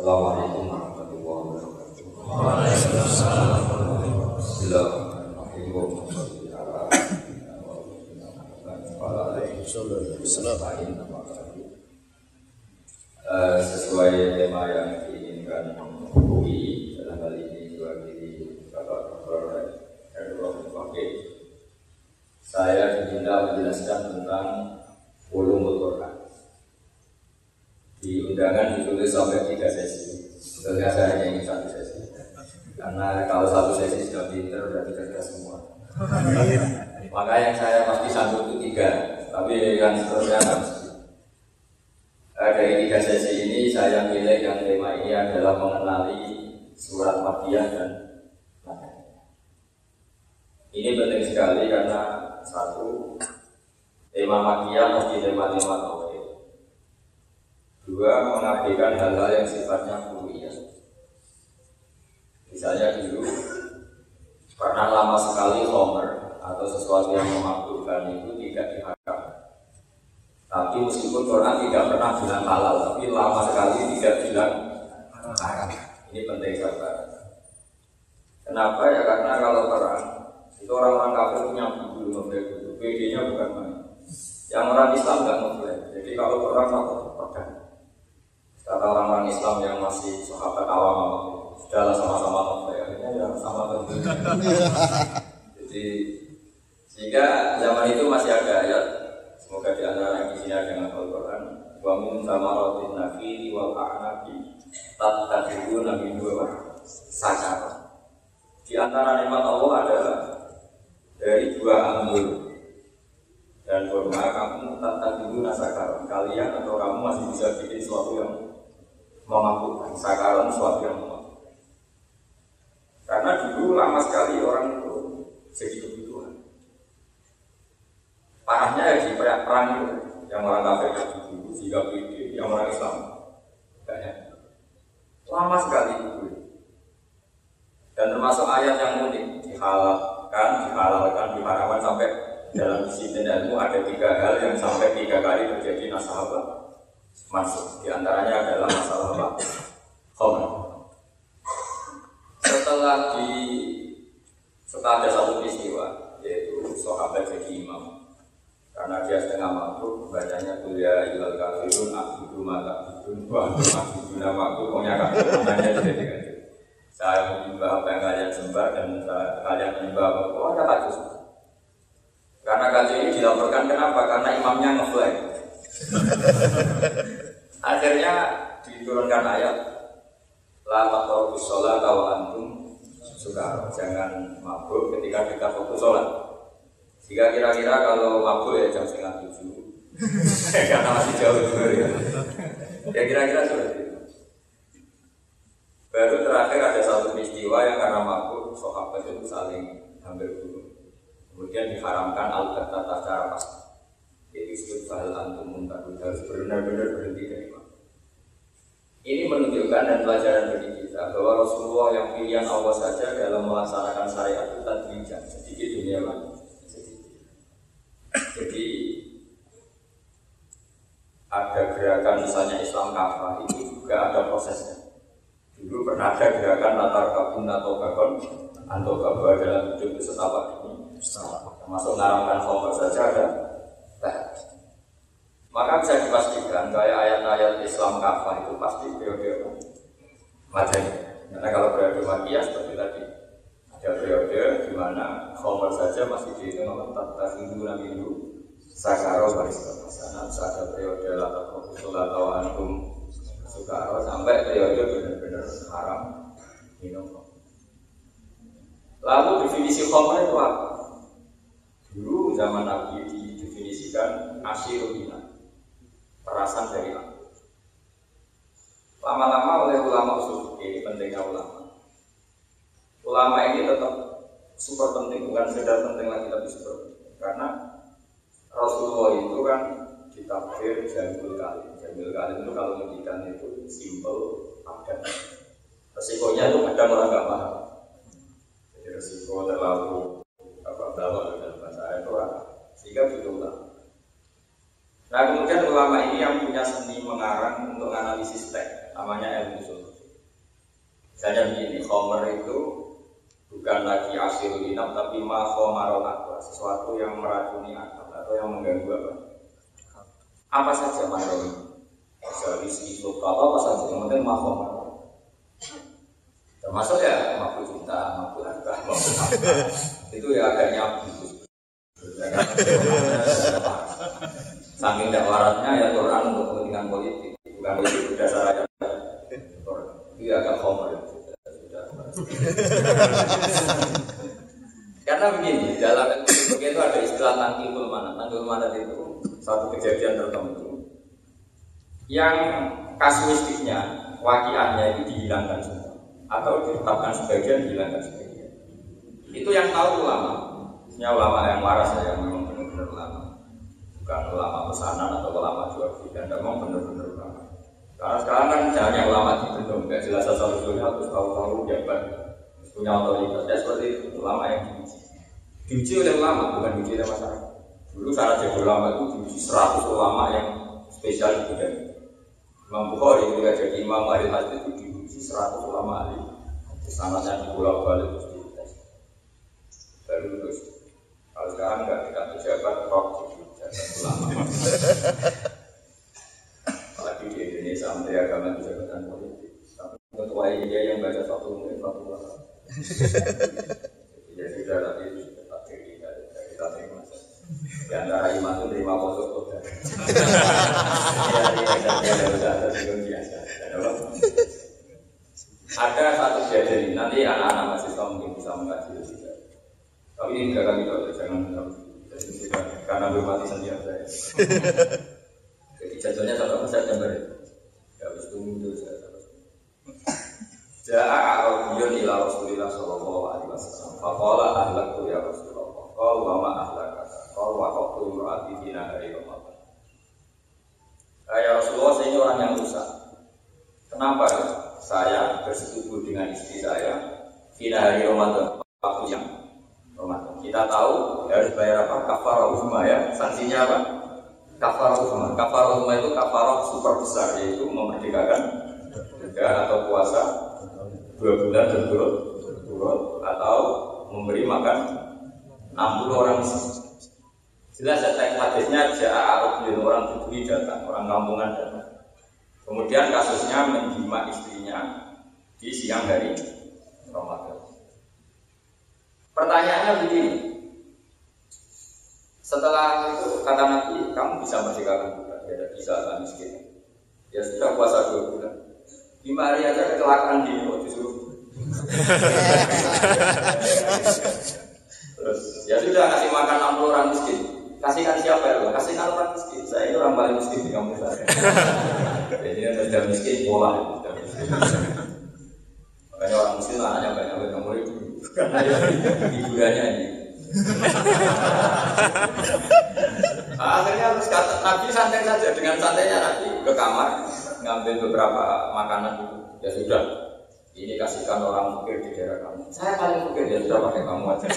Assalamualaikum warahmatullahi wabarakatuh. Waalaikumsalam. Sesuai tema yang diinginkan UI dalam hal ini diwakili Bapak Dr. Heru Fakih, saya diminta menjelaskan tentang ulumul Quran. Di undangan ditulis sampai 3 sesi. Sebetulnya saya hanya ingin 1 sesi. Karena kalau 1 sesi sudah pinter, berarti cerdas semua. Maka yang saya pasti sanggup itu 3, tapi yang seterusnya nggak mesti. Dari 3 sesi ini saya pilih yang tema ini adalah mengenali surat Makkiyah dan Madaniyah. Ini penting sekali karena satu, tema Makkiyah mesti tema-tema tauhid. 2, mengabaikan hal-hal yang sifatnya kuliah. Misalnya dulu pernah lama sekali homer atau sesuatu yang memabukkan itu tidak diharam. Tapi meskipun Quran tidak pernah bilang halal, tapi lama sekali tidak bilang haram. Ini penting sekali. Kenapa ya? Karena kalau perang itu orang-orang kafir punya dulu ngeblek dulu. PD-nya bukan main. Yang orang Islam nggak ngeblek. Jadi kalau perang pedang. Kata orang-orang Islam yang masih sahabat awam sudahlah sama-sama ngeblek. Akhirnya ya sama tentunya. Jadi sehingga zaman itu masih ada ayat. Semoga di antara yang di sini ada yang hafal Quran. Wa min thamaratin nakhili wal a'nabi tattakhiduna minhu sakar. Di antara nikmat Allah adalah dari 2 anggur dan kurma kamu tattakhiduna sakar. Kalian atau kamu masih bisa bikin sesuatu yang memabukkan. Sakaran sesuatu yang memabukkan. Karena dulu lama sekali orang itu jadi kebutuhan. Parahnya ya di perang itu, yang orang kafir dulu, jika PD, yang orang Islam banyak. Lama sekali itu. Dan termasuk ayat yang unik, dihalalkan, diharamkan sampai dalam disiplin ilmu ada 3 hal yang sampai 3 kali terjadi nasabah masuk. Di antaranya adalah masalah apa? Khamr. Setelah ada satu peristiwa, yaitu sahabat jadi imam. Karena dia setengah mabuk, bacanya kuliah ilal kafirun, akhidu matakidun, akhidu namaku, pokoknya kafirun, hanya jadi gitu. Saya menyembah apa yang kalian sembah dan kalian menyembah apa, oh ada kasus. Karena kasus ini dilaporkan kenapa? Karena imamnya nge-flag. Akhirnya diturunkan ayat la taqrabus sholata wa antum sukara. Jangan mabuk ketika kita fokus sholat. Jika kira-kira kalau mabuk ya jam 6:30 karena masih jauh dulu ya. Ya kira-kira seperti itu. Baru terakhir ada satu peristiwa yang karena mabuk sahabat itu saling hampir bunuh. Kemudian diharamkan al-battah secara pasti. Jadi disebut fahal antum muntahun, harus benar-benar berhenti dari mabuk. Ini menunjukkan dan pelajaran bagi kita bahwa Rasulullah yang pilihan Allah saja dalam melaksanakan syariat itu tadrijan, sedikit demi apa? Jadi ada gerakan misalnya Islam kafah itu juga ada prosesnya. Dulu pernah ada gerakan latar kabun atau bakon atau kabah dalam hidup itu setapak ini, termasuk ngaramkan khamr saja ada. Maka bisa dipastikan kayak ayat-ayat Islam kafah itu pasti periode Madaniyah. Karena kalau periode Makkiyah seperti tadi ada periode di mana khamr saja masih dihitung tattakhiduna minhu sakaro baris kemasanan. Ada periode latar kabun atau antum sukaro sampai periode benar-benar haram minum. Lalu definisi khamr itu apa? Dulu zaman Nabi didefinisikan asyirubina, perasan dari aku. Lama-lama oleh ulama usul fikih, ini pentingnya ulama. Ulama ini tetap super penting, bukan sekedar penting lagi tapi super penting. Karena Rasulullah itu kan ditafsir jamil kalim. Jamil kalim itu kalau ngendikan itu simple, padat. Resikonya itu kadang orang nggak paham. Jadi resiko terlalu bawah dalam bahasa itu orang, sehingga butuh ulama. Nah kemudian ulama ini yang punya seni mengarang untuk analisis teks, namanya ilmu usul. Misalnya begini, khomer itu bukan lagi asyirul inam tapi ma khomarul akal, sesuatu yang meracuni akal atau yang mengganggu apa saja maroni. Misalnya itu apa saja yang penting ma khomar. Termasuk ya mabuk cinta, mabuk harta, mabuk apa itu ya agaknya begitu. Saking tidak waratnya ya Quran untuk kepentingan politik, bukan politik berdasar ayat. Itu agak khomer. Karena begini, dalam itu ada istilah tangkil manat. Tangkil manat itu satu kejadian tertentu yang kasuistiknya, wakiahnya itu dihilangkan semua atau ditetapkan sebagian, dihilangkan sebagian. Itu yang tahu ulama. Maksudnya ulama yang waras ya, yang memang benar-benar ulama, bukan ulama pesanan atau ulama jual beli, dan memang benar-benar ulama. Karena sekarang kan caranya ulama dibendung, nggak jelas asal usulnya, terus tahu-tahu jabat, punya otoritas. Ya seperti itu, ulama yang diuji oleh ulama, bukan diuji oleh masyarakat. Dulu syarat jadi ulama itu diuji 100 ulama yang spesial di bidang. Imam Bukhari juga jadi imam ahli hadis itu diuji 100 ulama ahli. Sanadnya di Pulau Bali terus dites. Baru lulus. Kalau sekarang nggak kita pejabat top jabat ulama. Apalagi di Indonesia Menteri Agama itu jabatan politik. Tapi ketua dia yang baca satu mungkin fatwa. Ya sudah tapi itu tetap kita terima. Di antara iman itu terima pokok kota. Ada satu kejadian nanti anak-anak mahasiswa mungkin bisa mengkaji juga. Tapi ini enggak kami tahu, jangan karena belum mati sendiri saya. Jadi jatuhnya satu persen jam beri. Ya harus tunggu dulu saya. Ja'a Arabiyun ila Rasulillah sallallahu alaihi wasallam. Faqala ahlaktu ya Rasulullah. Qala wa ma ahlaka. Qala wa qaqtu imra'ati dina hari Ramadan. Ya Rasulullah, saya ini orang yang rusak. Kenapa saya bersetubuh dengan istri saya dina hari Ramadan, waktu yang Ramadan? Kita tahu harus bayar apa? Kafarah uzma ya. Sanksinya apa? Kafarah uzma. Kafarah uzma itu kafarah super besar, yaitu memerdekakan atau puasa 2 bulan berturut-turut atau memberi makan 60 orang miskin. Jelas teks hadisnya Ja'a Arabiyun, orang Bedui datang, orang kampungan datang. Kemudian kasusnya menjima istrinya di siang hari Ramadan. Pertanyaannya begini, setelah itu kata Nabi, kamu bisa merdekakan bukan? Ya bisa, tak miskin. Ya sudah puasa 2 bulan. 5 hari aja kecelakaan disuruh. Terus ya sudah kasih makan 60 orang miskin. Kasihkan siapa ya? Kasihkan orang miskin. Saya ini orang paling miskin di kampung saya. Jadi yang sudah miskin pola. Makanya orang miskin anaknya banyak kamu itu. Karena hiburannya ini. Akhirnya harus kata Nabi santai saja, dengan santainya Nabi ke kamar ngambil beberapa makanan itu. Ya sudah, ini kasihkan orang fakir di daerah kamu. Saya paling fakir, ya sudah pakai kamu aja.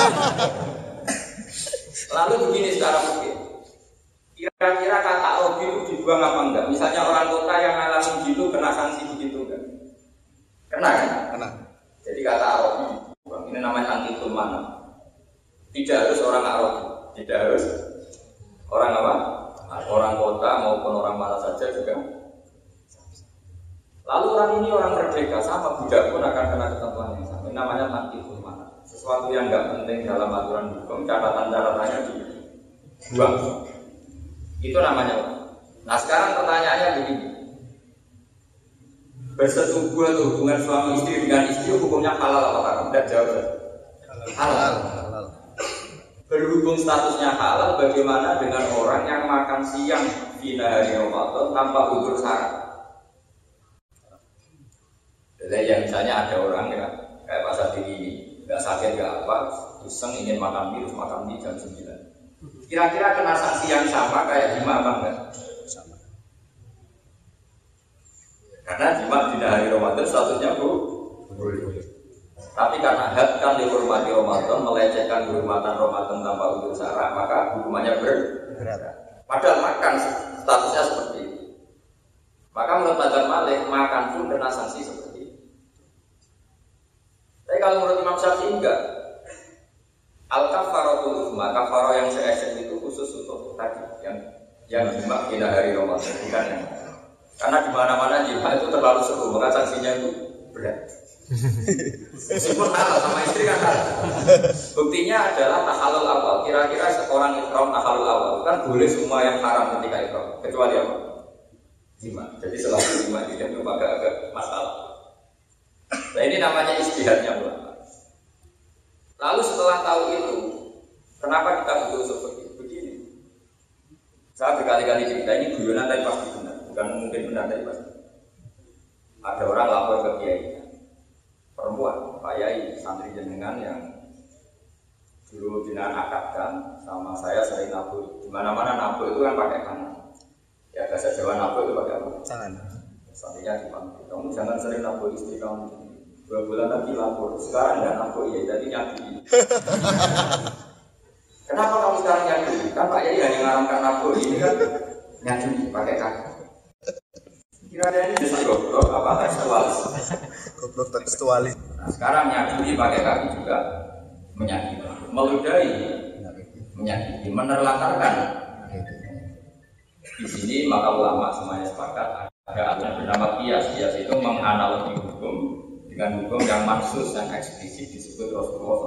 Lalu begini secara mungkin, kira-kira kata Robi itu dibuang apa enggak? Misalnya orang kota yang ngalamin gitu kena sanksi begitu kan? Kena kan? Kena. Jadi kata Robi, ini namanya anti mana? Tidak harus orang Arab, tidak harus orang apa? Orang kota maupun orang mana saja juga. Lalu orang ini orang merdeka, sama budak pun akan kena ketentuan yang sama. Ini namanya tangkil mana? Sesuatu yang nggak penting dalam aturan hukum, catatan-catatannya dibuang. Itu namanya. Nah sekarang pertanyaannya begini, bersetubuh atau hubungan suami istri dengan istri hukumnya halal atau haram? Tidak jawab. Halal. Berhubung statusnya halal, bagaimana dengan orang yang makan siang di hari Ramadan tanpa udzur syarat? Jadi yang misalnya ada orang ya, kayak Pak Sadiri ini, nggak sakit nggak apa, iseng ingin makan mie, makan mie jam 9. Kira-kira kena sanksi yang sama kayak jima apa enggak? Sama. Karena jima di hari Ramadan statusnya boleh. Tapi karena hak kan dihormati Ramadan, melecehkan kehormatan Ramadan tanpa udzur syarat, maka hukumannya berat. Padahal makan statusnya seperti itu. Maka menurut Mazhab Malik, makan pun kena sanksi seperti itu. kalau menurut Imam Syafi'i enggak. Al-kafaratul uzma, kafarah yang seesek itu khusus untuk tadi yang jima pada hari Ramadan, bukan yang. Karena di mana-mana jima itu terlalu seru, maka sanksinya itu berat. Meskipun halal sama istri kan halal. Buktinya adalah tahalul awal. Kira-kira seorang ihram tahalul awal kan boleh semua yang haram ketika ihram, kecuali apa? Jima. Jadi selalu jima tidak itu agak masalah. Nah ini namanya istihadnya ulama. Lalu setelah tahu itu, kenapa kita butuh seperti begini? Saya berkali-kali cerita ini guyonan tapi pasti benar, bukan mungkin benar tapi pasti. Ada orang lapor ke kiai, perempuan, Pak Yai, santri jenengan yang dulu jenengan akadkan sama saya sering nabur. Di mana-mana nabur itu kan pakai kanan. Ya bahasa Jawa nabur itu pakai apa? Tangan. Santrinya dipanggil, kamu jangan sering nabur istri kamu. 2 bulan lagi lapor, sekarang nggak lapor ya, jadi nyakiti. Kenapa kamu sekarang nyakiti? Kan Pak Yai hanya ngaramkan lapor, ini kan nyakiti, pakai kaki. Kira-kira ini bisa goblok, apa tekstualis? Goblok tekstualis. Nah, sekarang nyakiti pakai kaki juga menyakiti, meludahi, menyakiti, menerlantarkan. Di sini maka ulama semuanya sepakat ada aturan bernama kias. Kias itu menganalogi hukum dengan hukum yang mansus yang eksplisit disebut Rasulullah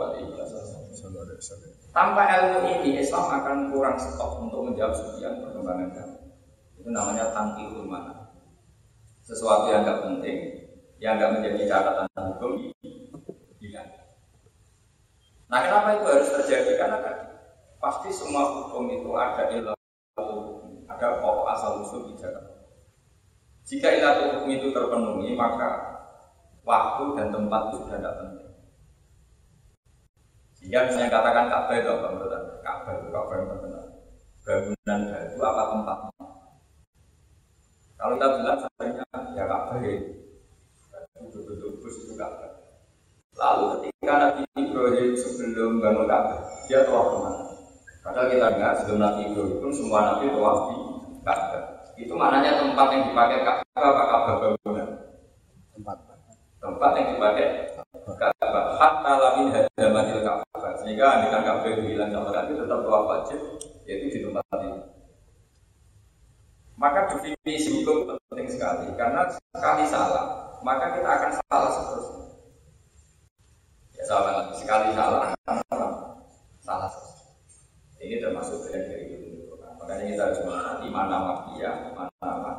SAW. Tanpa ilmu ini Islam akan kurang stok untuk menjawab sekian perkembangan kamu. Itu namanya tangkihul mana. Sesuatu yang enggak penting, yang enggak menjadi catatan hukum hilang. Nah, kenapa itu harus terjadi? Karena pasti semua hukum itu ada ilmu, ada pokok asal usul bicara. Jika ilatul hukum itu terpenuhi, maka waktu dan tempat itu sudah tidak penting. Sehingga misalnya katakan Ka'bah itu apa menurut Anda? Ka'bah itu Ka'bah yang terkenal. Bangunan itu apa tempatnya? Kalau kita bilang sebenarnya ya Ka'bah itu betul-betul itu Ka'bah. Lalu ketika Nabi Ibrahim sebelum bangun Ka'bah, dia telah kemana? Padahal kita dengar sebelum Nabi Ibrahim pun semua Nabi telah di Ka'bah. Itu maknanya tempat yang dipakai Ka'bah apa Ka'bah bangunan? Tempat yang dipakai Ka'bah hatta lamin hadamatil Ka'bah, sehingga andaikan Ka'bah hilang sama Nabi tetap tawaf wajib, yaitu di tempat ini. Maka definisi hukum penting sekali, karena sekali salah maka kita akan salah seterusnya. Ya salah sekali salah salah terus. Ini termasuk bagian dari itu. Makanya kita harus mengerti mana makiyah, mana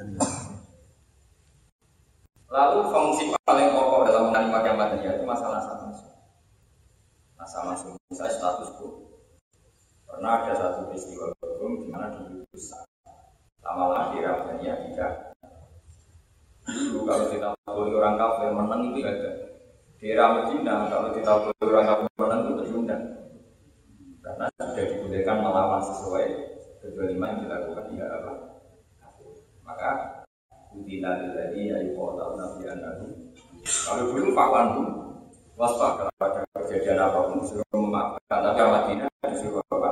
lalu fungsi paling pokok dalam kalimat yang madaniya itu masalah asal-usul. Asal-usul misalnya status quo. Pernah ada satu peristiwa hukum di mana diutus lama lagi ramadania tidak. Dulu kalau kita boleh orang kafir menang itu ada. Di Medina kalau kita boleh orang kafir menang itu terundang. Karena sudah dibolehkan melawan sesuai kedoliman yang dilakukan tidak apa. Maka Udina dari ayuhota nabi anahu. Kalau dulu fakwan pun waspada pada kejadian apapun disuruh memaafkan, tapi Madinah disuruh apa?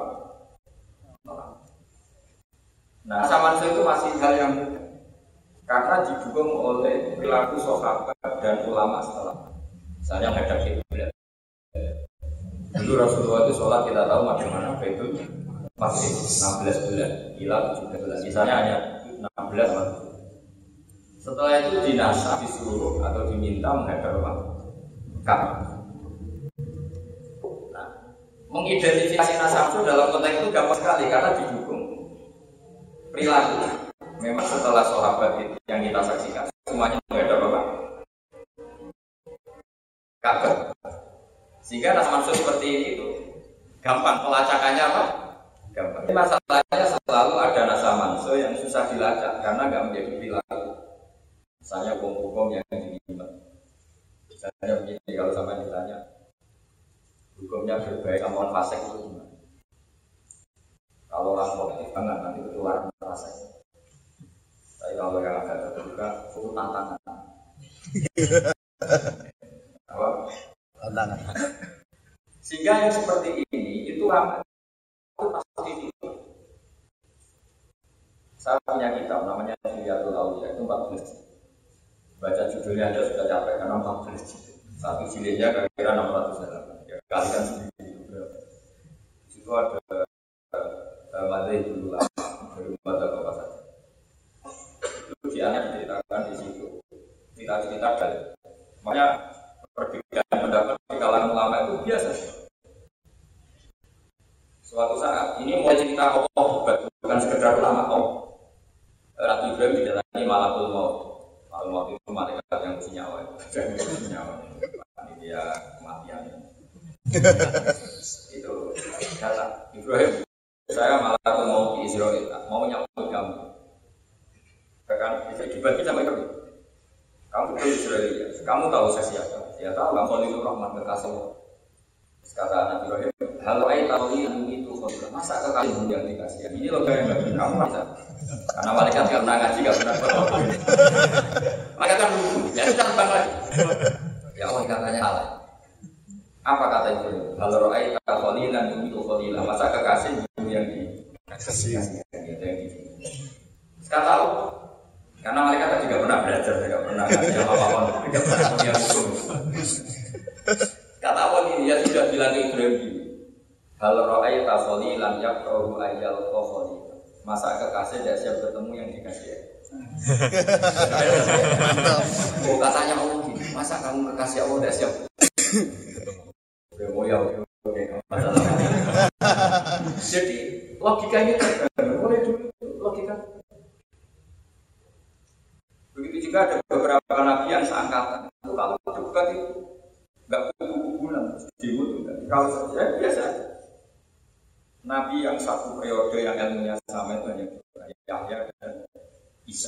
Nah, sama itu masih hal yang beda. Karena didukung oleh perilaku sahabat dan ulama setelah. Misalnya menghadap kiblat. Dulu Rasulullah itu sholat kita tahu bagaimana itu pasti 16 bulan, gila 17 bulan. Misalnya hanya 16 bulan. Setelah itu dinasah, disuruh atau diminta menghadap Ka'bah. Nah, mengidentifikasi nasab itu dalam konteks itu gampang sekali karena didukung perilaku. Memang setelah sahabat itu yang kita saksikan semuanya menghadap Ka'bah. Sehingga nasab seperti ini itu gampang pelacakannya apa? Gampang. Tapi masalahnya selalu ada nasab manso yang susah dilacak karena nggak menjadi perilaku. Misalnya hukum-hukum yang diimbat. Misalnya begini, kalau sampai ditanya hukumnya berbaik sama orang fasik itu gimana? Kalau orang positif banget nanti ketularan fasik. Tapi kalau yang agak terbuka itu tantangan. Apa? Tantangan. Sehingga yang seperti ini itu ramai. Itu pasti itu. Saya punya kitab namanya Hilyatul Auliya itu 14. Baca judulnya Anda sudah capek karena 14 judul. Satu jilidnya kira-kira 600 halaman. Ya, kalikan sendiri itu berapa? Di situ ada materi dulu lama dari umat apa saja. Itu dianggap diceritakan di situ. Cerita-cerita dari. Makanya perbedaan pendapat di kalangan ulama itu biasa. Suatu saat ini mulai cerita Allah bukan sekedar ulama Allah. Ratu Ibrahim didatangi malakul maut. Malakul maut itu malaikat yang punya nyawa. Yang punya nyawa. Dia kematian. Itu kata Ibrahim, saya malakul maut di Israel mau nyambut kamu. Bahkan bisa dibagi sampai kamu. Kamu itu Israel, kamu tahu saya siapa? Ya tahu, kamu itu Rahman kekasih. Kata Nabi Ibrahim, halo aitali itu khotbah. Masa kekasihmu yang dikasih? Ini loh yang kamu masa. Karena malaikat nggak pernah ngaji, nggak pernah berdoa. Malaikat kan lucu, ya sudah terbang lagi. Ya Allah katanya halal. Apa kata Ibrahim? Halo aitali itu khotbah. Masa kekasihmu yang dikasih? Sekarang tahu. Karena mereka juga pernah belajar, juga pernah ngaji apa-apa, juga pernah punya hukum. Kata Allah ini, dia sudah bilang ke Ibrahim hal ra'aita khalilan yaqrahu ayyal khali. Masa kekasih tidak siap ketemu yang dikasih. Oh katanya Allah gini, masa kamu kekasih Allah tidak siap? Oh ya, oke, masalah. Jadi logikanya boleh dulu logika. Begitu juga ada beberapa nabi yang seangkatan. Kalau debat itu nggak kubu-kubunan, dimut enggak. Kalau saya biasa. Nabi yang satu periode yang ilmunya sama itu hanya Yahya dan Isa.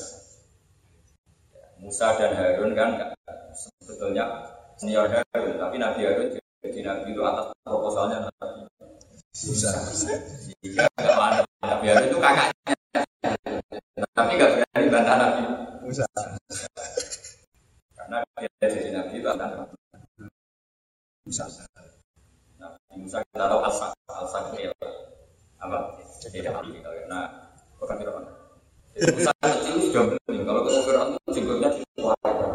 Musa dan Harun kan enggak sebetulnya senior Harun, tapi Nabi Harun jadi nabi itu atas proposalnya Nabi Musa. Jika enggak mana Nabi Harun itu kakaknya, tapi enggak berani bantah Nabi Musa. Karena dia jadi nabi itu antara Musa. Nabi Musa kita tahu al-Sakil apa? Jadi nabi kita. Nah, bukan Fir'aun. Jadi Musa kecil sudah belum. Kalau ketemu Fir'aun itu jenggotnya dikeluarkan.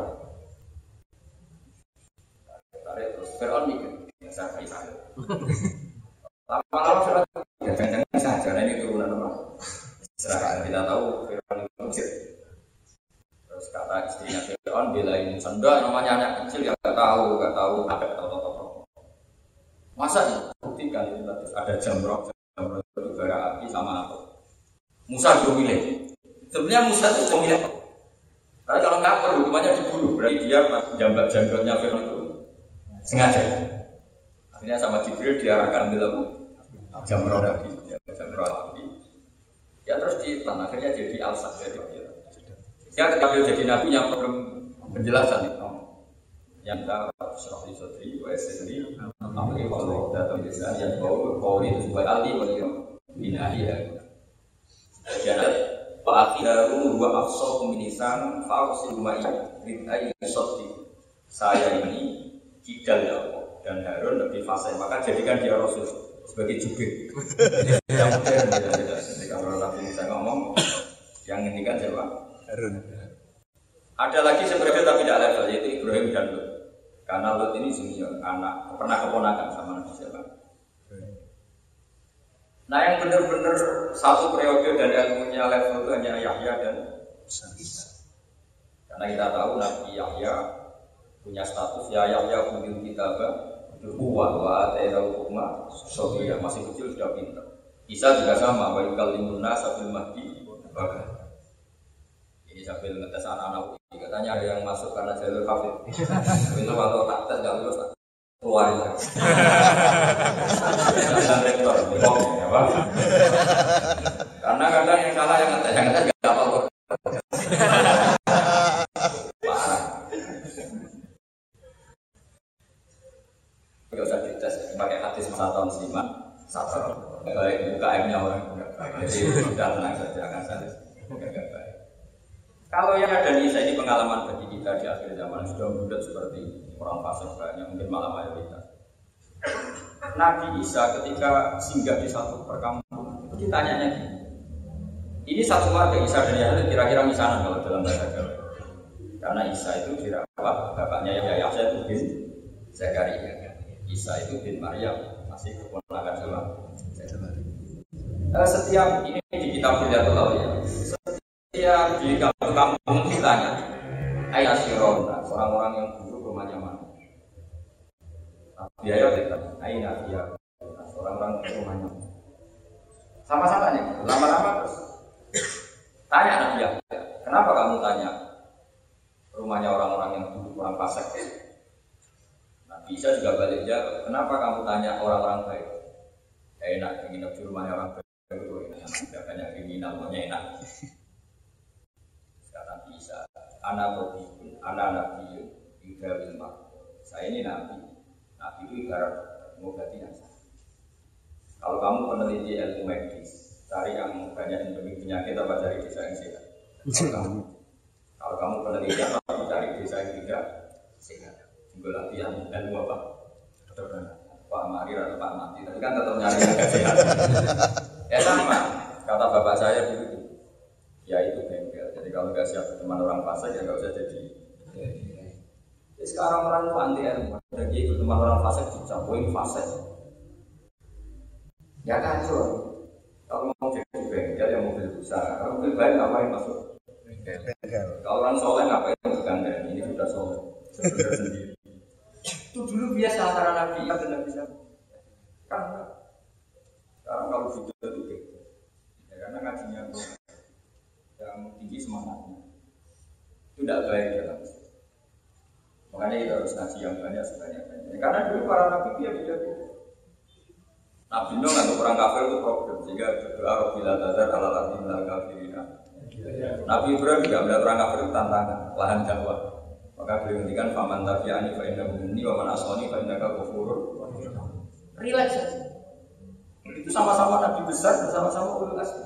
Tarik terus Fir'aun mikir, saya kaisa. Lama-lama Fir'aun ya jangan-jangan saja. Karena ini turunan apa? Serahkan kita tahu Fir'aun itu Mesir. Terus kata istrinya Fir'aun belain Musa, namanya anak kecil ya nggak tahu ada atau masa nih buktikan itu ada jamrah itu bara api sama apa? Musa milih. Sebenarnya Musa itu milih. Karena kalau nggak perlu hukumannya dibunuh, berarti dia jambak janggutnya Fir'aun itu sengaja. Akhirnya sama Jibril diarahkan bilang jamrah api. Ya terus di tanah akhirnya jadi al-Sakir. Ya ketika beliau jadi nabi yang problem penjelasan itu yang kita serah di sotri, sendiri, apalagi kalau datang di sana yang kau itu sebagai ahli bagi binahi ya. Jadi Pak Akhidaru dua afsal pemilisan fausil rumah ini sotri. Saya ini kidal ya dan Harun lebih fasih, maka jadikan dia Rasul sebagai jubir. Yang modern beda-beda. Ketika orang Nabi Musa ngomong, yang ini kan siapa? Harun. Ada lagi sebenarnya tapi tidak level, yaitu Ibrahim dan Lut. Karena Lut ini junior, anak pernah keponakan sama Nabi siapa? Nah yang benar-benar satu periode dan ilmunya level itu hanya Yahya dan Isa. Karena kita tahu Nabi Yahya punya status ya Yahya punya kitabah Ruwah wa atainahu hukma Sofiya masih kecil sudah pintar. Isa juga sama, wa yukallimun nasa fil mahdi bahkan. Ini sambil ngetes anak-anak katanya ada yang masuk karena jalur kafir. Itu kalau tak tes nggak lulus keluarin lagi. Dan rektor, ya Pak. Karena kadang yang salah yang ngetes nggak apa-apa. Parah. Nggak usah dites, pakai hadis masa tahun siman, satu baik UKM-nya orang nggak baik. Jadi sudah tenang saja, akan saya nggak baik. Kalau yang ada di Isa ini pengalaman bagi kita di akhir zaman sudah mudah seperti orang fasik banyak, mungkin malah mayoritas. Nabi Isa ketika singgah di satu perkampungan, itu ditanyanya gini. Ini satu warga Isa dan Yahya kira-kira misanan kalau dalam bahasa Jawa. Karena Isa itu dirawat bapaknya Yahya itu bin Zakaria. Isa itu bin Maryam, masih keponakan sama Zakaria. Setiap ini di kitab Hilyatul Auliya, setiap di kampung ditanya, ayat sirona, orang-orang yang dulu rumahnya mana? Biaya ditanya, ayat dia, orang-orang rumahnya mana? Sama-sama nih, lama-lama terus tanya Nabi Yahya, kenapa kamu tanya rumahnya orang-orang yang dulu kurang fasik? Nabi Isa juga balik jawab, kenapa kamu tanya orang-orang baik? Enak, ingin di rumahnya orang baik. Tidak banyak kriminal, maunya enak. Kata bisa, anak berpikir, anak nabi, ibarat ilmu. Saya ini nabi, nabi itu ibarat mengobati yang sakit. Kalau kamu peneliti ilmu medis, cari yang banyak endemik penyakit apa cari desa yang sehat. Kalau kamu peneliti apa cari desa yang tidak sehat. Juga latihan ilmu apa? Pak Mari atau Pak Mati, tapi kan tetap nyari yang sehat. Ya sama, kata bapak saya dulu, ya itu bengkel. Jadi kalau nggak siap teman orang fasik ya nggak usah jadi. Jadi sekarang orang itu anti ilmu, ada gitu teman orang fasik dicampuri fasik. Ya kacau. Kalau mau jadi bengkel ya mobil besar, kalau mobil baik ngapain masuk bengkel? Kalau orang soleh ngapain bergandeng? Ini sudah soleh, sudah sendiri. Itu dulu biasa antara nabi dan nabi siapa? Kan sekarang kalau video itu ya, karena ngajinya yang tinggi semangatnya itu tidak baik dalam Islam. Makanya kita harus ngaji yang banyak sebanyak-banyaknya. Karena dulu para nabi dia beda-beda. Nabi Nuh nggak orang kafir itu problem sehingga berdoa bila tazar ala ardi minal kafirina. Nabi Ibrahim juga melihat orang kafir itu tantangan lahan dakwah. Maka beliau ngendikan faman tabi'ani fa innahu minni wa man asani fa innaka ghafurur. Relax saja. Itu sama-sama nabi besar, bersama-sama ulul azmi.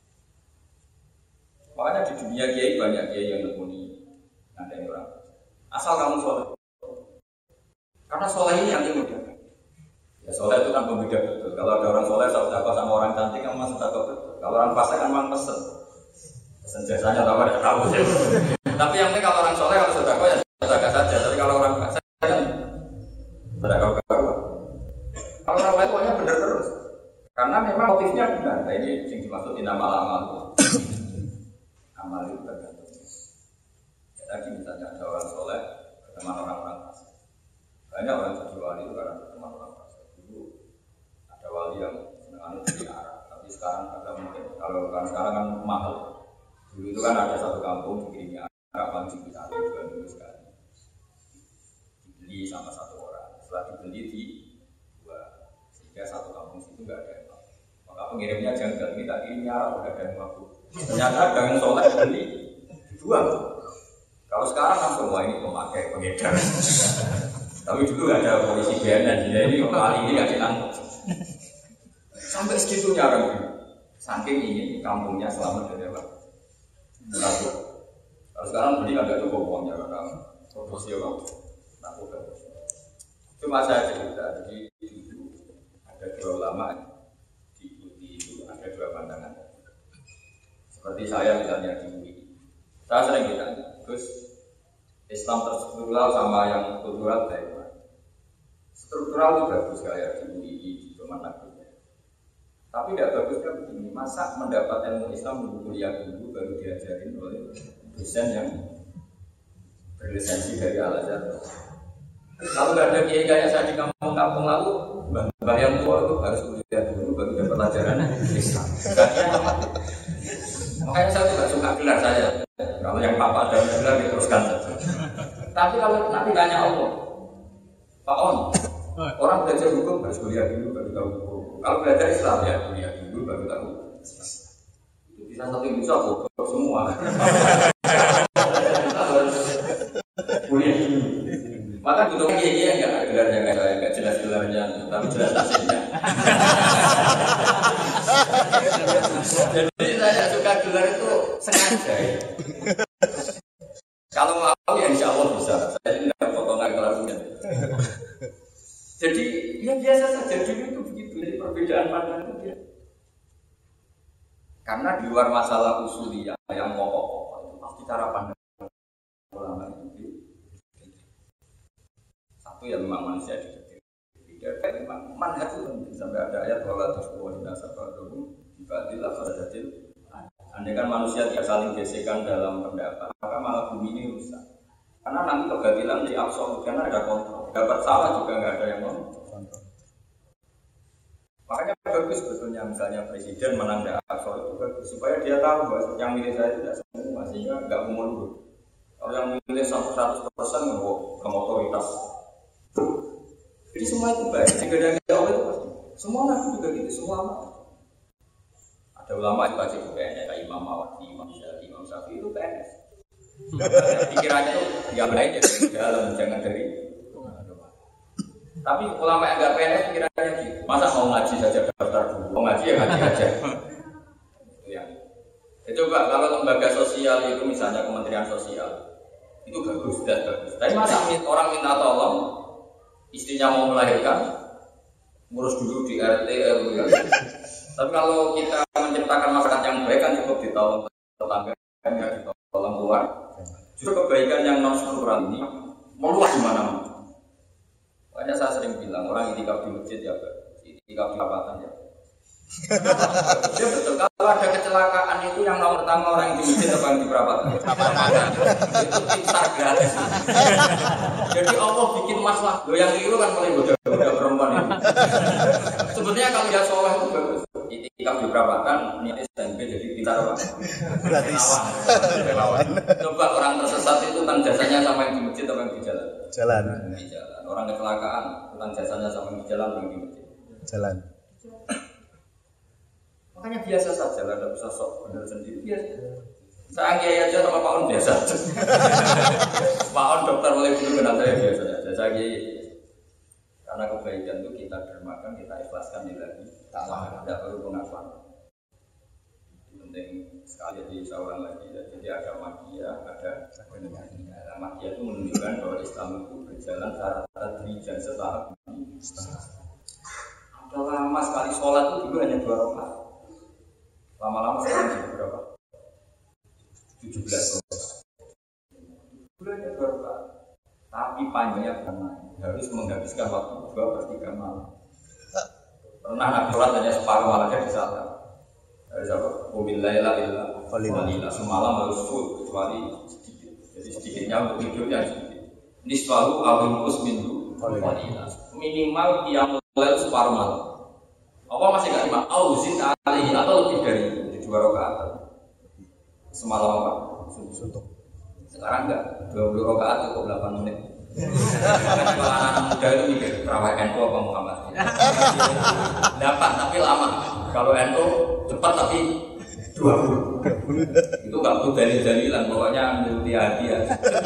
Makanya di dunia kiai banyak kiai yang nekuni ada yang orang. Asal kamu soleh. Karena soleh ini yang mudah. Ya soleh itu kan pembeda betul. Kalau ada orang soleh sedekah sama orang cantik kan masih sedekah betul. Kalau orang fasik kan memang pesen. Pesen jasanya tahu ada tahu. Tapi yang penting kalau orang soleh kalau sedekah ya sedekah saja. Tapi kalau orang fasik kan sedekah baru. Kalau orang lain pokoknya benar terus. Karena memang motifnya benar. Nah ini yang dimaksud inamal amal. Amal itu tergantung. Ya, tadi misalnya ada orang soleh berteman orang-orang fasik. Banyak orang jadi wali itu karena berteman orang fasik. Dulu ada wali yang senang di Arab. Tapi sekarang ada mungkin. Kalau kan sekarang kan mahal. Dulu itu kan ada satu kampung di Arab langsung di sana juga dulu sekali. Dibeli sama satu orang. Setelah dibeli di sehingga satu kampung situ nggak ada yang mau. Maka pengirimnya janggal, kita kirimnya Arab udah ada yang mau. Ternyata dengan soleh beli dijual. Kalau sekarang kan semua ini pemakai pengedar. Tapi dulu nggak ada polisi BNN, jadi ini kali ini nggak ditangkap. Sampai segitunya orang itu, saking ingin kampungnya selamat dari apa? Narkoba. Kalau sekarang beli agak cukup uangnya karena proporsi orang narkoba. Cuma saya cerita, jadi ada dua ulama diikuti itu ada dua pandangan. Seperti saya misalnya di UI, saya sering ditanya, terus Islam terstruktural sama yang kultural baik mana? Struktural itu bagus kayak di UI di Kementerian. Tapi tidak bagusnya begini, masa mendapat ilmu Islam dulu kuliah dulu baru diajarin oleh dosen yang berlisensi dari Al-Azhar. Kalau nggak ada kiai kayak saya di kampung-kampung lalu, mbah yang tua itu harus kuliah dulu baru dapat pelajaran Islam. Makanya saya juga suka gelar saya. Kalau yang papa ada gelar diteruskan saja. Tapi kalau nanti tanya Allah, Pak On, orang belajar hukum harus kuliah dulu baru tahu hukum. Kalau belajar Islam ya kuliah dulu baru tahu. Itu bisa satu bisa bodoh semua. Kuliah dulu. Maka butuh kiai yang nggak gelarnya nggak jelas gelarnya, tapi jelas hasilnya. Jadi saya suka gelar itu sengaja. Ya. Kalau mau ya insya Allah bisa. Saya tidak potongan kelasnya. Jadi ya biasa saja dulu itu begitu. Jadi perbedaan pandangan itu dia. Karena di luar masalah usuliyah yang pokok-pokok itu pasti cara pandang ulama itu. Itu ya memang manusia didetik. Tidak memang manhaj itu penting sampai ada ayat wala tasbuh nasabatuhum ibadillah fadatil. Andai kan manusia tidak saling gesekan dalam pendapat, maka malah bumi ini rusak. Karena nanti kebatilan di absolut, karena ada kontrol. Dapat salah juga nggak ada yang kontrol. Makanya bagus sebetulnya misalnya presiden menang di absolut itu bagus supaya dia tahu bahwa yang milih saya tidak semua sehingga nggak mundur. Kalau yang milih 100% nggak otoritas. Jadi semua itu baik. Jika dia nggak Allah itu pasti. Semua nabi juga gitu, semua. Ada ulama yang baca ke PNS, kayak Imam Mawardi, Imam Syafi'i, Imam Syafi'i itu PNS. Pikirannya itu yang lain dari dalam, jangan dari. Tapi ulama yang nggak PNS pikirannya gitu. Masa mau ngaji saja daftar dulu, mau ngaji ya ngaji aja. Ya. Coba kalau lembaga sosial itu misalnya Kementerian Sosial itu bagus, sudah bagus. Tapi masa orang minta tolong, istrinya mau melahirkan, ngurus dulu di RT, RW. Tapi kalau kita menciptakan masyarakat yang baik kan cukup ditolong tetangga, kan nggak ditolong keluar. Justru kebaikan yang non struktural ini meluas di mana-mana. Makanya saya sering bilang orang itikaf di masjid ya, itikaf di perapatan ya. Ya betul. Kalau ada kecelakaan itu yang nomor pertama orang yang di masjid atau yang di perapatan? Itu pintar gratis. Jadi Allah bikin masalah. Lo yang keliru kan paling bodoh perempuan itu. Sebetulnya kalau dia soleh itu bagus. Itikaf di perapatan, niatnya SMP jadi pintar apa? Gratis. Relawan. Coba orang tersesat itu tentang jasanya sama yang di masjid atau yang di jalan? Jalan. Di jalan. Orang kecelakaan tentang jasanya sama yang di jalan atau yang di masjid? Jalan. Makanya biasa saja lah, tidak usah sok benar sendiri biasa. Saya kiai aja sama Pak On biasa. Pak On dokter mulai dulu kenal saya biasa saja. Saya kiai. Karena kebaikan itu kita dermakan, kita ikhlaskan lagi. Tidak perlu pengakuan. Penting sekali jadi seorang lagi. Jadi ada magia, ada magia. Magia itu menunjukkan bahwa Islam itu berjalan secara tadrijan setahap. Ada lama sekali sholat itu dulu hanya 2 rakaat. Lama-lama sekarang jadi berapa? 17 rakaat. Bulannya 2 rakaat. Tapi panjangnya karena harus menghabiskan waktu 2/3 malam. Pernah nak sholat hanya separuh malamnya di salat. Harus apa? Wabillahilah illa qalila. Semalam harus full kecuali sedikit. Jadi sedikitnya untuk tidurnya sedikit. Nisfahu awil musminhu qalila. Minimal qiyamul lail separuh malam. Apa masih nggak lima? Auzin alaihi atau lebih dari itu di 2 rakaat. Semalam apa? Suntuk. Sekarang enggak, 20 rakaat cukup 8 menit. Kalau anak muda itu mikir terawih NU apa Muhammad? Dapat tapi lama. Kalau NU cepat tapi 20. Itu nggak perlu dalil-dalilan, pokoknya multi hadiah.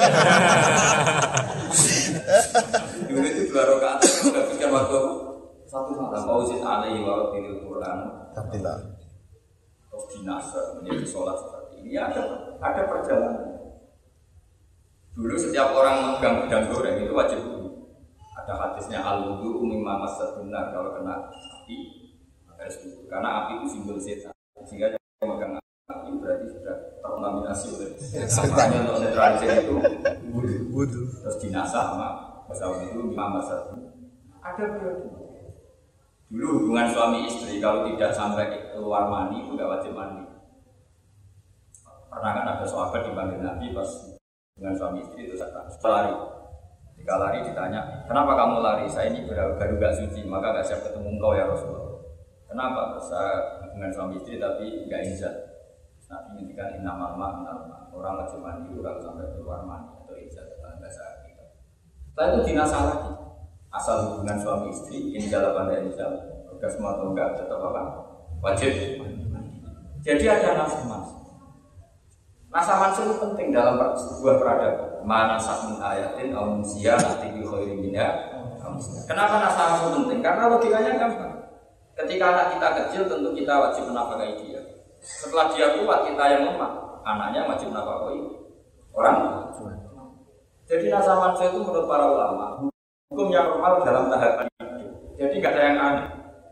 Dulu itu 2 rakaat sudah pikir waktu 1 malam. Fauzin alaihi wa rabbil Quran. Alhamdulillah. Terus dinasa menjadi sholat seperti ini ada perjalanan. Dulu setiap orang megang gedang goreng itu wajib wudu. Ada hadisnya al-wudu mimma masatuna, kalau kena api harus wudu. Karena api itu simbol setan. Sehingga yang megang api berarti sudah terkontaminasi oleh setan. Untuk netralisir itu wudu. Terus dinasa sama pasal itu mimma masatuna. Ada berarti. Dulu hubungan suami istri kalau tidak sampai keluar mani itu nggak wajib mandi. Pernah kan ada sahabat dipanggil Nabi pas dengan suami istri itu setelah lari. Jika lari ditanya, kenapa kamu lari? Saya ini baru gak suci, maka gak siap ketemu engkau ya Rasulullah. Kenapa? Saya dengan suami istri tapi gak izat. Nabi ngintikan innamal ma'na. Orang wajib mandi kalau sampai keluar mani atau izat dalam bahasa kita. Setelah itu dinasah lagi. Asal hubungan suami istri, injal apa tidak injal, orgasme atau enggak, tetap apa? Wajib. Jadi ada nasah. Nasah mansur itu penting dalam sebuah peradaban. Mana sahmin ayatin au musia nanti bi khairin minha. Kenapa nasah mansur penting? Karena logikanya gampang. Ketika anak kita kecil tentu kita wajib menafkahi dia. Setelah dia kuat kita yang lemah, anaknya wajib menafkahi orang. Jadi nasah mansur itu menurut para ulama hukum yang normal dalam tahapan hidup. Jadi nggak ada yang aneh.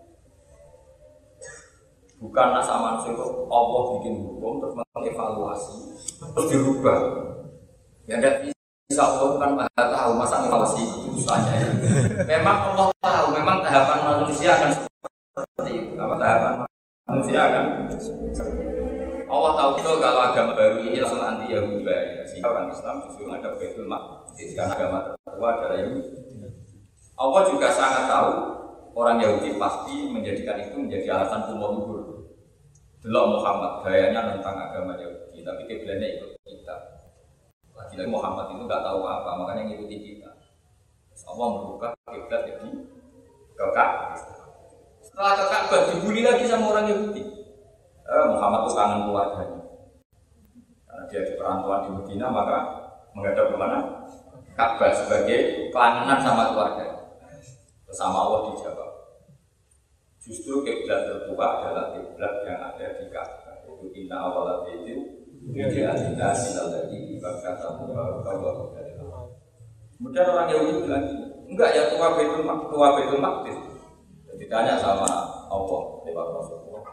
Bukan nasah mansur itu Allah bikin hukum terus mengevaluasi terus dirubah. Ya enggak bisa. Insya Allah kan Maha tahu masa ngawasi usahanya. Memang Allah tahu, memang tahapan manusia akan seperti itu. Apa tahapan manusia akan? Allah tahu betul kalau agama baru ini langsung anti Yahudi ya. Sehingga orang Islam justru ada Baitul Maqdis karena agama tertua adalah Yahudi. Allah juga sangat tahu orang Yahudi pasti menjadikan itu menjadi alasan umur luhur. Delok Muhammad gayanya tentang agama Yahudi, tapi kiblatnya ikut kita. Lagi-lagi Muhammad itu nggak tahu apa, makanya ngikuti kita. Allah membuka kiblat jadi ke Ka'bah. Setelah ke Ka'bah dibully lagi sama orang Yahudi. Muhammad itu kangen keluarganya. Karena dia di perantauan di Medina, maka menghadap ke mana? Ka'bah sebagai kelangenan sama keluarganya. Bersama Allah dijawab. Justru kiblat tertua adalah kiblat yang ada di Ka'bah. Itu inna awal itu dia tidak silal lagi ibadah Allah. Kemudian orang Yahudi bilang, enggak ya tua Baitul Maqdis. Ditanya sama Allah lewat Rasulullah.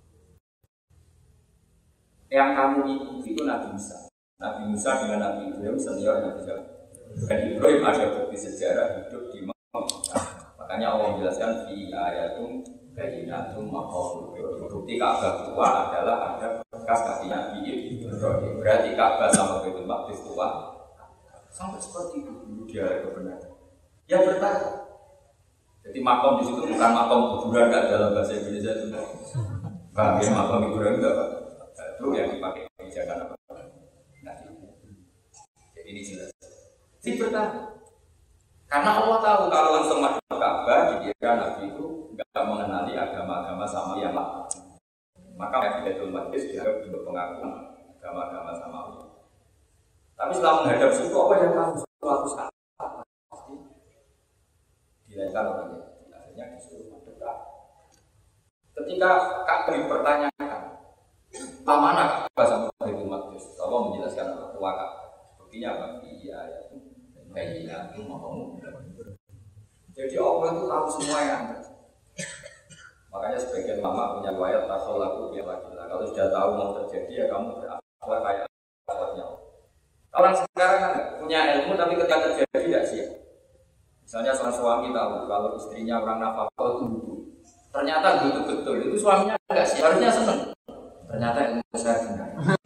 Yang kamu ikuti itu Nabi Musa. Nabi Musa dengan Nabi Ibrahim senior Nabi Musa. Dan Ibrahim ada bukti sejarah hidup di Mekah. Makanya Allah menjelaskan fi ayatum bayyinatum maqam. Bukti Ka'bah tua adalah ada bekas kaki Nabi Ibrahim. Berarti Ka'bah sama Baitul Maqdis tua. Sampai seperti itu dulu dia kebenaran. Ya bertahan. Jadi makom di situ bukan makom kuburan nggak dalam bahasa Indonesia itu. Bang, ya makom kuburan enggak, Pak. Itu yang dipakai kebijakan apa? Nah, jadi ini jelas. Si bertahan. Karena Allah tahu kalau langsung masuk ke Ka'bah, dikira Nabi itu nggak mengenali agama-agama sama yang lain. Maka Baitul Maqdis dianggap untuk pengakuan agama-agama sama Allah. Tapi setelah menghadap situ, apa yang tahu suatu saat pasti dilakukan oleh akhirnya disuruh mendekat. Ketika Ka'bah dipertanyakan, mana Ka'bah sama Baitul Maqdis? Allah menjelaskan tua Ka'bah. Buktinya apa? Iya, ya. Bayilah itu mau. Jadi Allah itu tahu semua yang ada. Makanya sebagian lama punya riwayat takhallaku bi laki-laki. Kalau sudah tahu mau terjadi ya kamu berakhlak kayak akhlaknya. Orang sekarang kan punya ilmu tapi ketika terjadi tidak siap. Misalnya seorang suami tahu kalau istrinya orang nafkah itu butuh. Ternyata betul-betul itu suaminya enggak siap. Harusnya senang. Ternyata ilmu saya benar.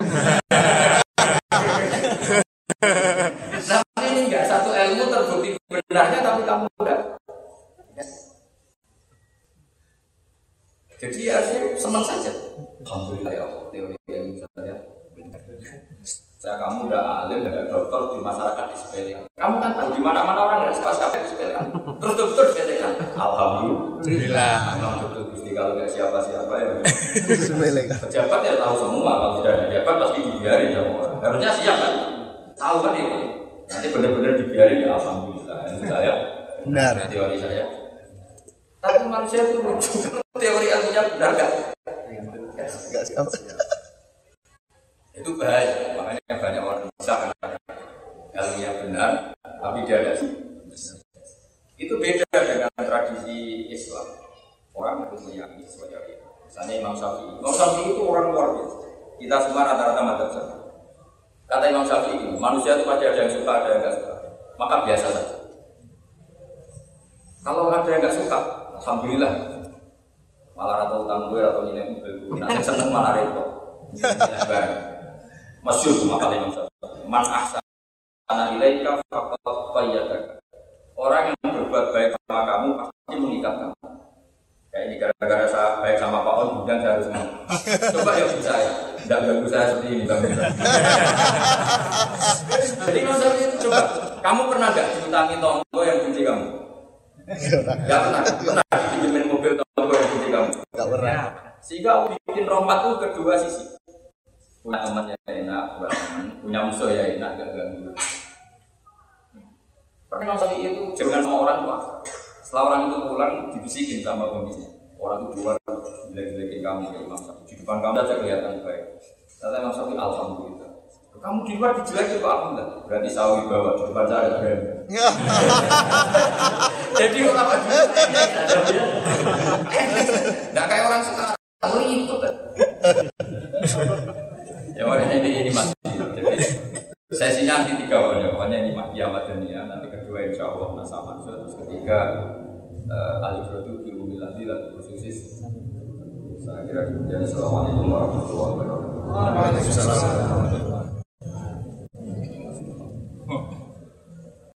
Tapi ini enggak satu ilmu terbukti benarnya tapi kamu enggak. Jadi harusnya senang saja. Alhamdulillah ya Allah, teori ilmu saya benar. Saya kamu udah alim, udah dokter di masyarakat disepelekan. Kamu kan tahu di mana-mana orang nggak suka sampai disepelekan. Terus dokter disepelekan. Alhamdulillah. Memang dokter Gusti kalau nggak siapa-siapa ya. Disepelekan. Pejabat ya tahu semua. Kalau sudah ada pejabat pasti dibiarin sama orang. Harusnya siap kan? Tahu kan itu. Nanti benar-benar dibiarin ya Alhamdulillah. Itu saya. Benar. Teori saya. Tapi manusia itu lucu. Teori ilmunya benar nggak? Nggak siap. Itu bahaya, makanya banyak orang bisa ilmunya benar, tapi dia tidak. Itu beda dengan tradisi Islam. Orang itu meyakini sesuatu. Misalnya Imam Syafi'i itu orang luar biasa. Kita semua rata-rata madzhab Syafi'i. Kata Imam Syafi'i, manusia itu pasti ada yang suka, ada yang tidak suka. Maka biasa saja. Kalau ada yang tidak suka, alhamdulillah. Malah atau utang gue atau nilai mobil gue, nanti seneng malah repot. Masyhur cuma kali Imam Syafi'i. Man ahsana ilaika faqad qayyadaka. Orang yang berbuat baik sama kamu pasti mengikat kamu. Kayak ini gara-gara saya baik sama Pak On, kemudian saya harus coba ya saya. Tidak bagus saya seperti ini Bang. Jadi Imam Syafi'i itu coba, kamu pernah enggak diutangi tonggo yang benci kamu? Enggak pernah. Pernah dipinjemin mobil tonggo yang benci kamu? Enggak pernah. Sehingga bikin rompat itu kedua sisi. Punya teman ya enak, buat teman. Punya musuh ya enak, gak ganggu. Karena Imam Syafi'i itu jangan sama orang tua. Setelah orang itu pulang, dibisikin sama pembisik. Orang itu keluar, jelek-jelekin kamu ya Imam Syafi'i. Di depan kamu saja kelihatan baik. Kata Imam Syafi'i, alhamdulillah. Kamu di luar dijelekin kok alhamdulillah. Berarti sawi bawa di depan saya ada brand. Jadi orang nggak kayak orang sekarang. Itu kan. Ya makanya ini mati. Jadi sesinya anti 3 pokoknya ini mati. insya Allah nasa mansur. Terus ketiga al-ibradu bi umumil adillah khususis. Saya kira demikian. Assalamualaikum warahmatullahi wabarakatuh. Waalaikumsalam.